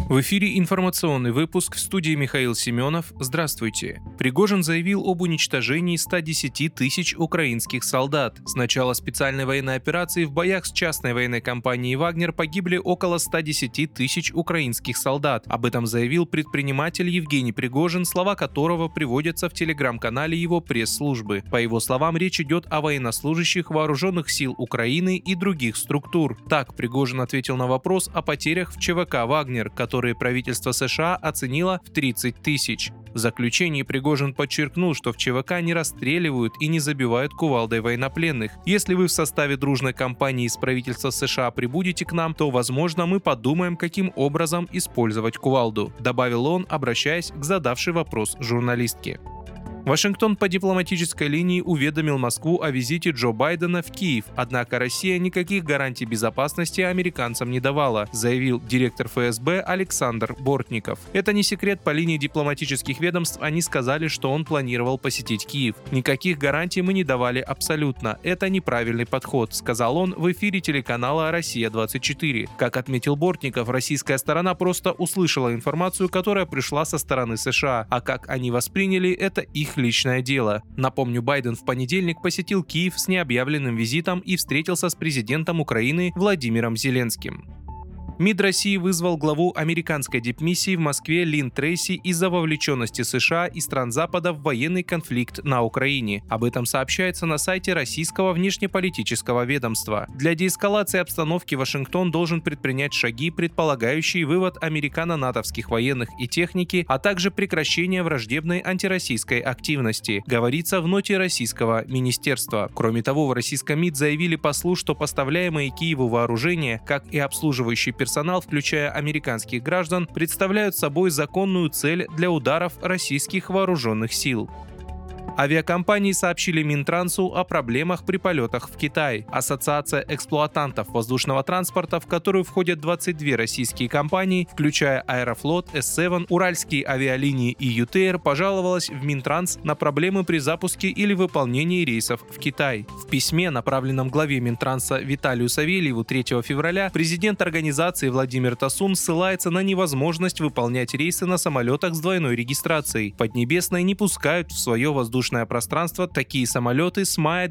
В эфире информационный выпуск, в студии Михаил Семенов. Здравствуйте. Пригожин заявил об уничтожении 110 тысяч украинских солдат. С начала специальной военной операции в боях с частной военной компанией «Вагнер» погибли около 110 тысяч украинских солдат. Об этом заявил предприниматель Евгений Пригожин, слова которого приводятся в телеграм-канале его пресс-службы. По его словам, речь идет о военнослужащих вооруженных сил Украины и других структур. Так Пригожин ответил на вопрос о потерях в ЧВК «Вагнер», которые правительство США оценило в 30 тысяч. В заключении Пригожин подчеркнул, что в ЧВК не расстреливают и не забивают кувалдой военнопленных. Если вы в составе дружной кампании из правительства США прибудете к нам, то, возможно, мы подумаем, каким образом использовать кувалду, добавил он, обращаясь к задавшей вопрос журналистке. Вашингтон по дипломатической линии уведомил Москву о визите Джо Байдена в Киев, однако Россия никаких гарантий безопасности американцам не давала, заявил директор ФСБ Александр Бортников. Это не секрет, по линии дипломатических ведомств они сказали, что он планировал посетить Киев. Никаких гарантий мы не давали абсолютно, это неправильный подход, сказал он в эфире телеканала «Россия-24». Как отметил Бортников, российская сторона просто услышала информацию, которая пришла со стороны США, а как они восприняли, это их личное дело. Напомню, Байден в понедельник посетил Киев с необъявленным визитом и встретился с президентом Украины Владимиром Зеленским. МИД России вызвал главу американской дипмиссии в Москве Лин Трейси из-за вовлеченности США и стран Запада в военный конфликт на Украине. Об этом сообщается на сайте российского внешнеполитического ведомства. Для деэскалации обстановки Вашингтон должен предпринять шаги, предполагающие вывод американо-натовских военных и техники, а также прекращение враждебной антироссийской активности, говорится в ноте российского министерства. Кроме того, в российском МИД заявили послу, что поставляемые Киеву вооружения, как и обслуживающий персонал, включая американских граждан, представляют собой законную цель для ударов российских вооруженных сил. Авиакомпании сообщили Минтрансу о проблемах при полетах в Китай. Ассоциация эксплуатантов воздушного транспорта, в которую входят 22 российские компании, включая Аэрофлот, S7, Уральские авиалинии и ЮТР, пожаловалась в Минтранс на проблемы при запуске или выполнении рейсов в Китай. В письме, направленном главе Минтранса Виталию Савельеву 3 февраля, президент организации Владимир Тасун ссылается на невозможность выполнять рейсы на самолетах с двойной регистрацией. Поднебесные не пускают в свое воздушное пространство такие самолеты с мая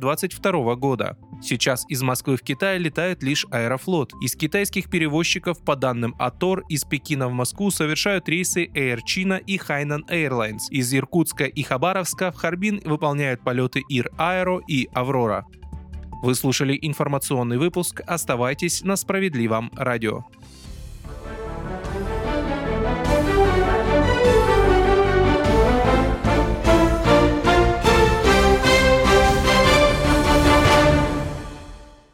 2022 года. Сейчас из Москвы в Китай летает лишь Аэрофлот. Из китайских перевозчиков, по данным АТОР, из Пекина в Москву совершают рейсы Air China и Hainan Airlines. Из Иркутска и Хабаровска в Харбин выполняют полеты Ир Аэро и Аврора. Вы слушали информационный выпуск. Оставайтесь на Справедливом радио.